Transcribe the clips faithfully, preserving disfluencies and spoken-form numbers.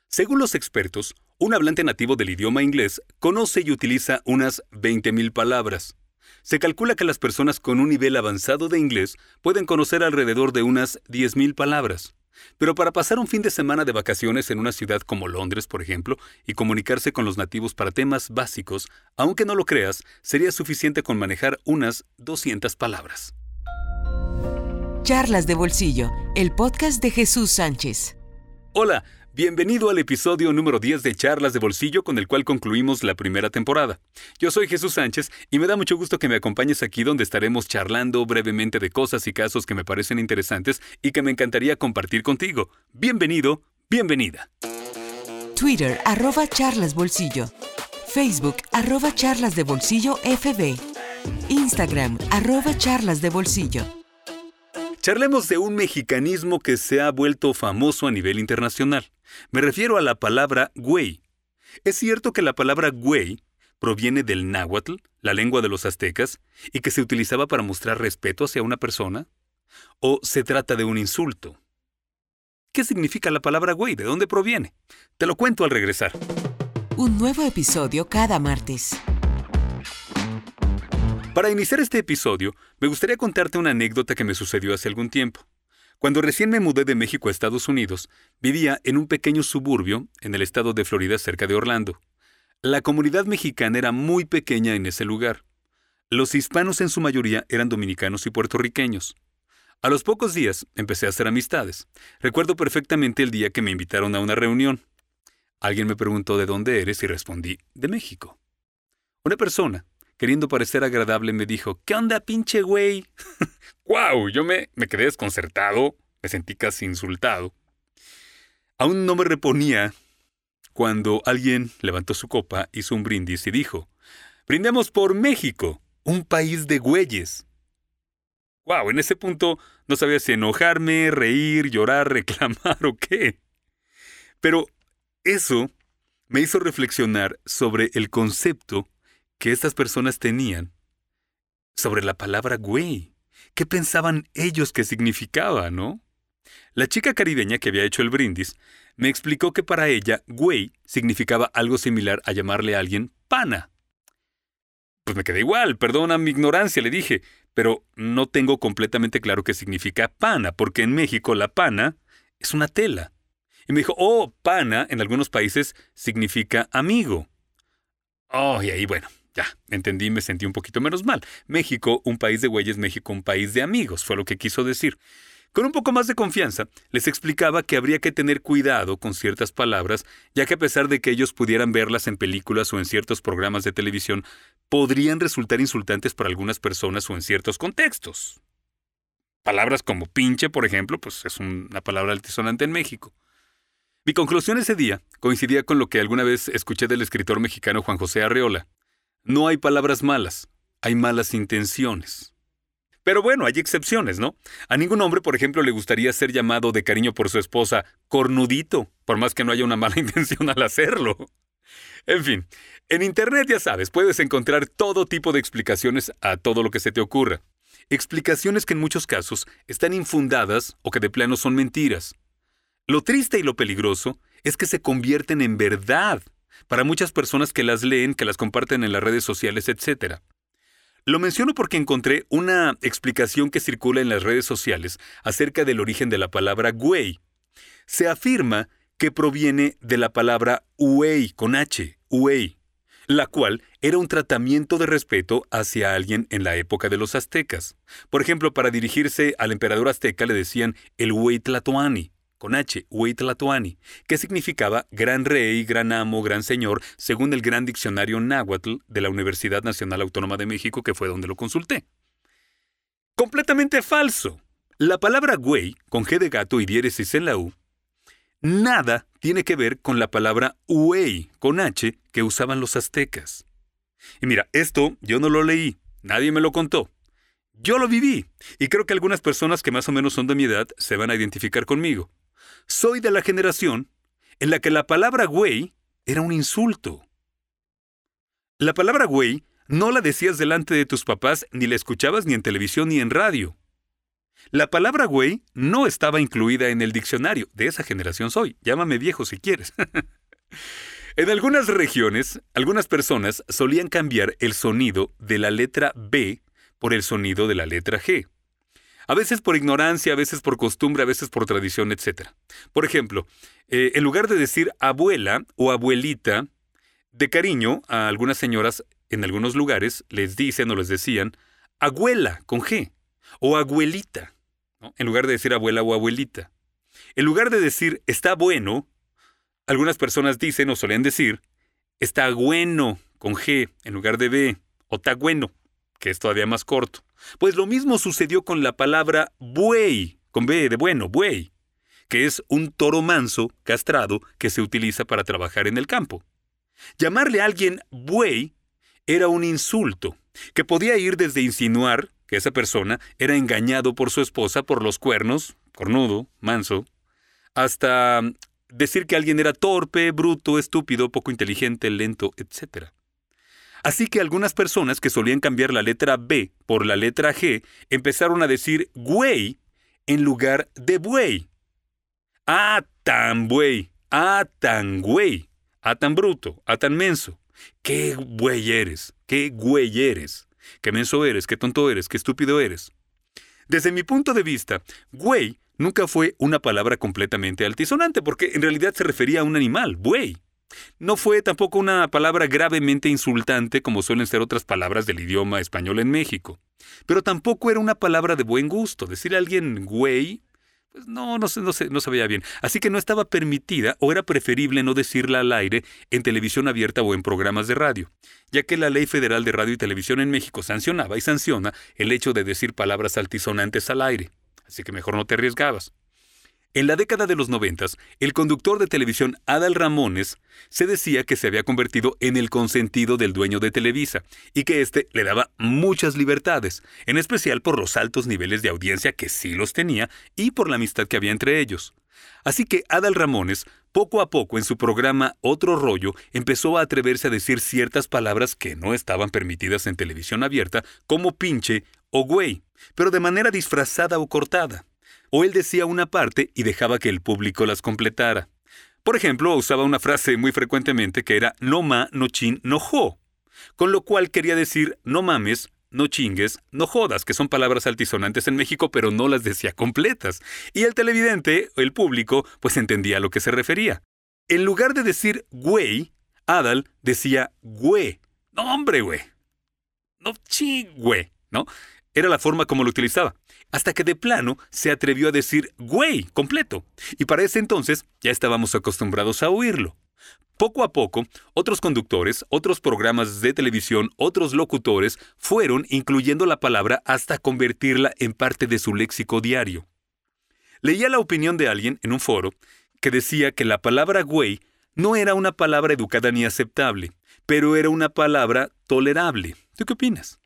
Según los expertos, un hablante nativo del idioma inglés conoce y utiliza unas veinte mil palabras. Se calcula que las personas con un nivel avanzado de inglés pueden conocer alrededor de unas diez mil palabras. Pero para pasar un fin de semana de vacaciones en una ciudad como Londres, por ejemplo, y comunicarse con los nativos para temas básicos, aunque no lo creas, sería suficiente con manejar unas doscientas palabras. Charlas de Bolsillo, el podcast de Jesús Sánchez. Hola, bienvenido al episodio número diez de Charlas de Bolsillo, con el cual concluimos la primera temporada. Yo soy Jesús Sánchez y me da mucho gusto que me acompañes aquí, donde estaremos charlando brevemente de cosas y casos que me parecen interesantes y que me encantaría compartir contigo. Bienvenido, bienvenida. Twitter, arroba Charlas Bolsillo. Facebook, arroba Charlas de Bolsillo F B. Instagram, arroba Charlas de Bolsillo. Charlemos de un mexicanismo que se ha vuelto famoso a nivel internacional. Me refiero a la palabra güey. ¿Es cierto que la palabra güey proviene del náhuatl, la lengua de los aztecas, y que se utilizaba para mostrar respeto hacia una persona? ¿O se trata de un insulto? ¿Qué significa la palabra güey? ¿De dónde proviene? Te lo cuento al regresar. Un nuevo episodio cada martes. Para iniciar este episodio, me gustaría contarte una anécdota que me sucedió hace algún tiempo. Cuando recién me mudé de México a Estados Unidos, vivía en un pequeño suburbio en el estado de Florida, cerca de Orlando. La comunidad mexicana era muy pequeña en ese lugar. Los hispanos en su mayoría eran dominicanos y puertorriqueños. A los pocos días empecé a hacer amistades. Recuerdo perfectamente el día que me invitaron a una reunión. Alguien me preguntó de dónde eres y respondí, de México. Una persona, queriendo parecer agradable, me dijo, ¿qué onda, pinche güey? ¡Guau! Yo me, me quedé desconcertado, me sentí casi insultado. Aún no me reponía cuando alguien levantó su copa, hizo un brindis y dijo, «Brindemos por México, un país de güeyes». ¡Guau! En ese punto no sabía si enojarme, reír, llorar, reclamar o qué. Pero eso me hizo reflexionar sobre el concepto que estas personas tenían sobre la palabra güey. ¿Qué pensaban ellos que significaba, no? La chica caribeña que había hecho el brindis me explicó que para ella, güey significaba algo similar a llamarle a alguien pana. Pues me quedé igual, perdona mi ignorancia, le dije, pero no tengo completamente claro qué significa pana, porque en México la pana es una tela. Y me dijo, oh, pana en algunos países significa amigo. Oh, y ahí bueno. Ya, entendí y me sentí un poquito menos mal. México, un país de güeyes, México, un país de amigos, fue lo que quiso decir. Con un poco más de confianza, les explicaba que habría que tener cuidado con ciertas palabras, ya que a pesar de que ellos pudieran verlas en películas o en ciertos programas de televisión, podrían resultar insultantes para algunas personas o en ciertos contextos. Palabras como pinche, por ejemplo, pues es una palabra altisonante en México. Mi conclusión ese día coincidía con lo que alguna vez escuché del escritor mexicano Juan José Arreola. No hay palabras malas, hay malas intenciones. Pero bueno, hay excepciones, ¿no? A ningún hombre, por ejemplo, le gustaría ser llamado de cariño por su esposa cornudito, por más que no haya una mala intención al hacerlo. En fin, en Internet, ya sabes, puedes encontrar todo tipo de explicaciones a todo lo que se te ocurra. Explicaciones que en muchos casos están infundadas o que de plano son mentiras. Lo triste y lo peligroso es que se convierten en verdad para muchas personas que las leen, que las comparten en las redes sociales, etcétera. Lo menciono porque encontré una explicación que circula en las redes sociales acerca del origen de la palabra güey. Se afirma que proviene de la palabra huey, con H, huey, la cual era un tratamiento de respeto hacia alguien en la época de los aztecas. Por ejemplo, para dirigirse al emperador azteca le decían el güey tlatoani, con H, Huey Tlatoani, que significaba gran rey, gran amo, gran señor, según el gran diccionario náhuatl de la Universidad Nacional Autónoma de México, que fue donde lo consulté. Completamente falso. La palabra güey, con G de gato y diéresis en la U, nada tiene que ver con la palabra huey, con H, que usaban los aztecas. Y mira, esto yo no lo leí, nadie me lo contó. Yo lo viví, y creo que algunas personas que más o menos son de mi edad se van a identificar conmigo. Soy de la generación en la que la palabra güey era un insulto. La palabra güey no la decías delante de tus papás, ni la escuchabas ni en televisión ni en radio. La palabra güey no estaba incluida en el diccionario. De esa generación soy. Llámame viejo si quieres. En algunas regiones, algunas personas solían cambiar el sonido de la letra B por el sonido de la letra G. A veces por ignorancia, a veces por costumbre, a veces por tradición, etcétera. Por ejemplo, eh, en lugar de decir abuela o abuelita, de cariño, a algunas señoras en algunos lugares les dicen o les decían abuela con G o abuelita, ¿no? En lugar de decir abuela o abuelita. En lugar de decir está bueno, algunas personas dicen o solían decir está bueno con G en lugar de B o está bueno, que es todavía más corto. Pues lo mismo sucedió con la palabra buey, con B de bueno, buey, que es un toro manso, castrado, que se utiliza para trabajar en el campo. Llamarle a alguien buey era un insulto, que podía ir desde insinuar que esa persona era engañado por su esposa por los cuernos, cornudo, manso, hasta decir que alguien era torpe, bruto, estúpido, poco inteligente, lento, etcétera. Así que algunas personas que solían cambiar la letra B por la letra G empezaron a decir güey en lugar de buey. Ah, tan buey, ah, tan güey, ah, tan bruto, ah, tan menso. ¿Qué güey eres? ¿Qué güey eres? ¿Qué menso eres? ¿Qué tonto eres? ¿Qué estúpido eres? Desde mi punto de vista, güey nunca fue una palabra completamente altisonante, porque en realidad se refería a un animal, buey. No fue tampoco una palabra gravemente insultante como suelen ser otras palabras del idioma español en México. Pero tampoco era una palabra de buen gusto. Decirle a alguien güey, pues no, no, se, no, se, no se veía bien. Así que no estaba permitida o era preferible no decirla al aire en televisión abierta o en programas de radio, ya que la Ley Federal de Radio y Televisión en México sancionaba y sanciona el hecho de decir palabras altisonantes al aire. Así que mejor no te arriesgabas. En la década de los noventas, el conductor de televisión Adal Ramones se decía que se había convertido en el consentido del dueño de Televisa y que éste le daba muchas libertades, en especial por los altos niveles de audiencia que sí los tenía y por la amistad que había entre ellos. Así que Adal Ramones, poco a poco en su programa Otro Rollo, empezó a atreverse a decir ciertas palabras que no estaban permitidas en televisión abierta, como pinche o güey, pero de manera disfrazada o cortada. O él decía una parte y dejaba que el público las completara. Por ejemplo, usaba una frase muy frecuentemente que era no ma, no chin, no jo, con lo cual quería decir no mames, no chingues, no jodas, que son palabras altisonantes en México, pero no las decía completas. Y el televidente, el público, pues entendía a lo que se refería. En lugar de decir güey, Adal decía güey. No, hombre, güey. No chingüe, ¿no? Era la forma como lo utilizaba. Hasta que de plano se atrevió a decir güey completo. Y para ese entonces ya estábamos acostumbrados a oírlo. Poco a poco, otros conductores, otros programas de televisión, otros locutores fueron incluyendo la palabra hasta convertirla en parte de su léxico diario. Leía la opinión de alguien en un foro que decía que la palabra güey no era una palabra educada ni aceptable, pero era una palabra tolerable. ¿Tú qué opinas?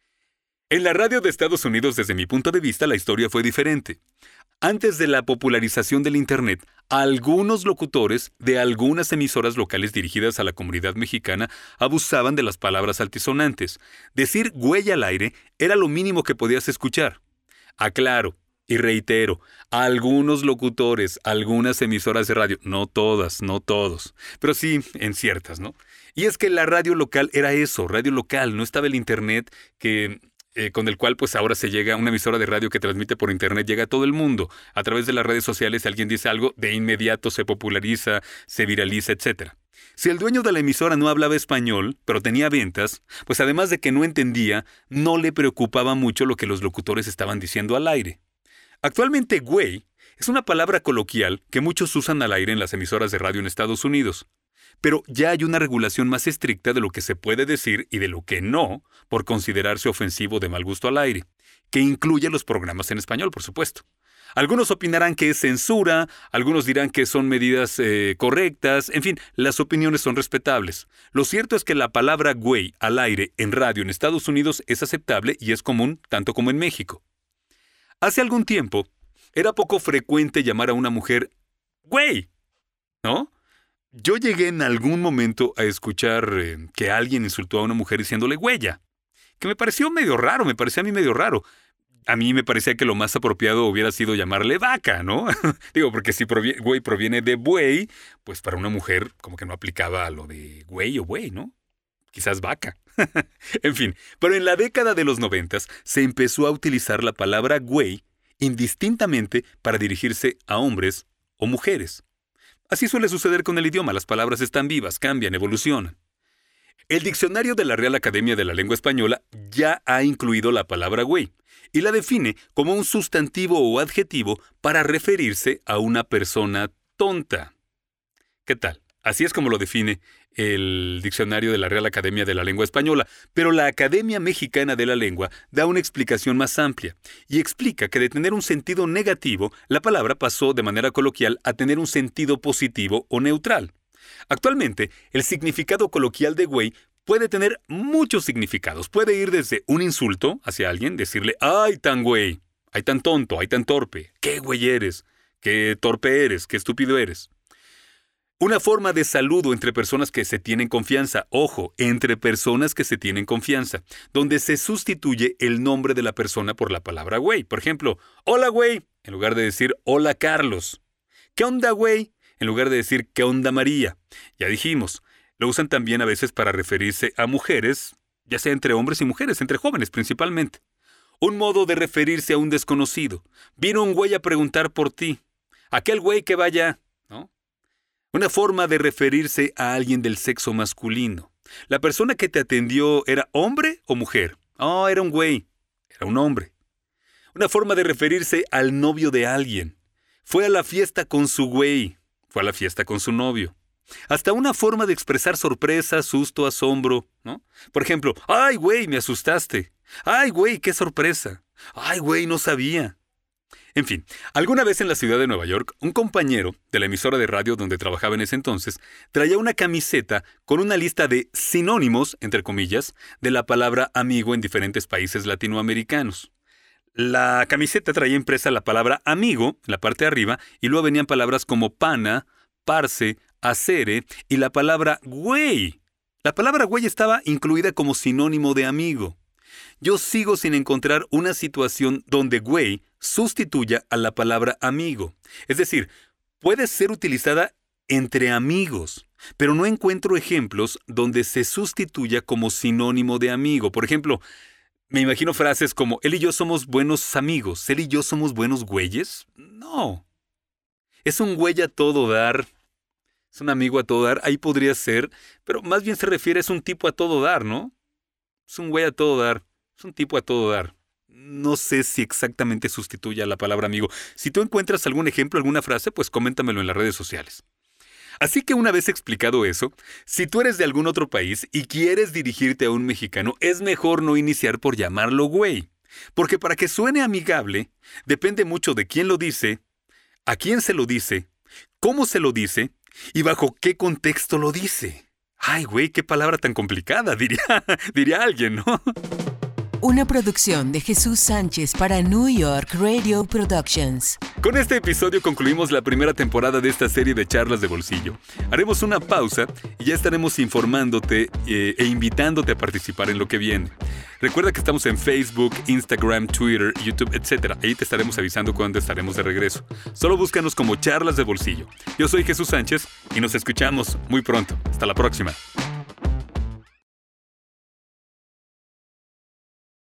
En la radio de Estados Unidos, desde mi punto de vista, la historia fue diferente. Antes de la popularización del Internet, algunos locutores de algunas emisoras locales dirigidas a la comunidad mexicana abusaban de las palabras altisonantes. Decir güey al aire era lo mínimo que podías escuchar. Aclaro y reitero, algunos locutores, algunas emisoras de radio, no todas, no todos, pero sí en ciertas, ¿no? Y es que la radio local era eso, radio local, no estaba el Internet que... Eh, con el cual pues ahora se llega a una emisora de radio que transmite por internet, llega a todo el mundo. A través de las redes sociales, si alguien dice algo, de inmediato se populariza, se viraliza, etcétera. Si el dueño de la emisora no hablaba español, pero tenía ventas, pues además de que no entendía, no le preocupaba mucho lo que los locutores estaban diciendo al aire. Actualmente, güey es una palabra coloquial que muchos usan al aire en las emisoras de radio en Estados Unidos. Pero ya hay una regulación más estricta de lo que se puede decir y de lo que no, por considerarse ofensivo de mal gusto al aire, que incluye los programas en español, por supuesto. Algunos opinarán que es censura, algunos dirán que son medidas eh, correctas, en fin, las opiniones son respetables. Lo cierto es que la palabra güey al aire en radio en Estados Unidos es aceptable y es común tanto como en México. Hace algún tiempo, era poco frecuente llamar a una mujer güey, ¿no? Yo llegué en algún momento a escuchar eh, que alguien insultó a una mujer diciéndole güeya, que me pareció medio raro, me parecía a mí medio raro. A mí me parecía que lo más apropiado hubiera sido llamarle vaca, ¿no? Digo, porque si provi- güey proviene de buey, pues para una mujer como que no aplicaba lo de güey o güey, ¿no? Quizás vaca. En fin, pero en la década de los noventas se empezó a utilizar la palabra güey indistintamente para dirigirse a hombres o mujeres. Así suele suceder con el idioma, las palabras están vivas, cambian, evolucionan. El diccionario de la Real Academia de la Lengua Española ya ha incluido la palabra güey y la define como un sustantivo o adjetivo para referirse a una persona tonta. ¿Qué tal? Así es como lo define el diccionario de la Real Academia de la Lengua Española, pero la Academia Mexicana de la Lengua da una explicación más amplia y explica que de tener un sentido negativo, la palabra pasó de manera coloquial a tener un sentido positivo o neutral. Actualmente, el significado coloquial de güey puede tener muchos significados. Puede ir desde un insulto hacia alguien, decirle, ¡ay, tan güey! ¡Ay, tan tonto! ¡Ay, tan torpe! ¡Qué güey eres! ¡Qué torpe eres! ¡Qué estúpido eres! Una forma de saludo entre personas que se tienen confianza. Ojo, entre personas que se tienen confianza, donde se sustituye el nombre de la persona por la palabra güey. Por ejemplo, ¡hola, güey! En lugar de decir, ¡hola, Carlos! ¿Qué onda, güey? En lugar de decir, ¿qué onda, María? Ya dijimos, lo usan también a veces para referirse a mujeres, ya sea entre hombres y mujeres, entre jóvenes principalmente. Un modo de referirse a un desconocido. Vino un güey a preguntar por ti. Aquel güey que vaya, ¿no? Una forma de referirse a alguien del sexo masculino. ¿La persona que te atendió era hombre o mujer? Oh, era un güey. Era un hombre. Una forma de referirse al novio de alguien. Fue a la fiesta con su güey. Fue a la fiesta con su novio. Hasta una forma de expresar sorpresa, susto, asombro, ¿no? Por ejemplo, ¡ay, güey, me asustaste! ¡Ay, güey, qué sorpresa! ¡Ay, güey, no sabía! En fin, alguna vez en la ciudad de Nueva York, un compañero de la emisora de radio donde trabajaba en ese entonces traía una camiseta con una lista de sinónimos, entre comillas, de la palabra amigo en diferentes países latinoamericanos. La camiseta traía impresa la palabra amigo en la parte de arriba y luego venían palabras como pana, parce, acere y la palabra güey. La palabra güey estaba incluida como sinónimo de amigo. Yo sigo sin encontrar una situación donde güey sustituya a la palabra amigo. Es decir, puede ser utilizada entre amigos, pero no encuentro ejemplos donde se sustituya como sinónimo de amigo. Por ejemplo, me imagino frases como, él y yo somos buenos amigos, él y yo somos buenos güeyes. No. Es un güey a todo dar. Es un amigo a todo dar. Ahí podría ser, pero más bien se refiere a es un tipo a todo dar, ¿no? Es un güey a todo dar. Es un tipo a todo dar. No sé si exactamente sustituye a la palabra amigo. Si tú encuentras algún ejemplo, alguna frase, pues coméntamelo en las redes sociales. Así que una vez explicado eso, si tú eres de algún otro país y quieres dirigirte a un mexicano, es mejor no iniciar por llamarlo güey. Porque para que suene amigable, depende mucho de quién lo dice, a quién se lo dice, cómo se lo dice y bajo qué contexto lo dice. Ay, güey, qué palabra tan complicada, diría, diría alguien, ¿no? Una producción de Jesús Sánchez para New York Radio Productions. Con este episodio concluimos la primera temporada de esta serie de charlas de bolsillo. Haremos una pausa y ya estaremos informándote eh, e invitándote a participar en lo que viene. Recuerda que estamos en Facebook, Instagram, Twitter, YouTube, etcétera. Ahí te estaremos avisando cuando estaremos de regreso. Solo búscanos como Charlas de Bolsillo. Yo soy Jesús Sánchez y nos escuchamos muy pronto. Hasta la próxima.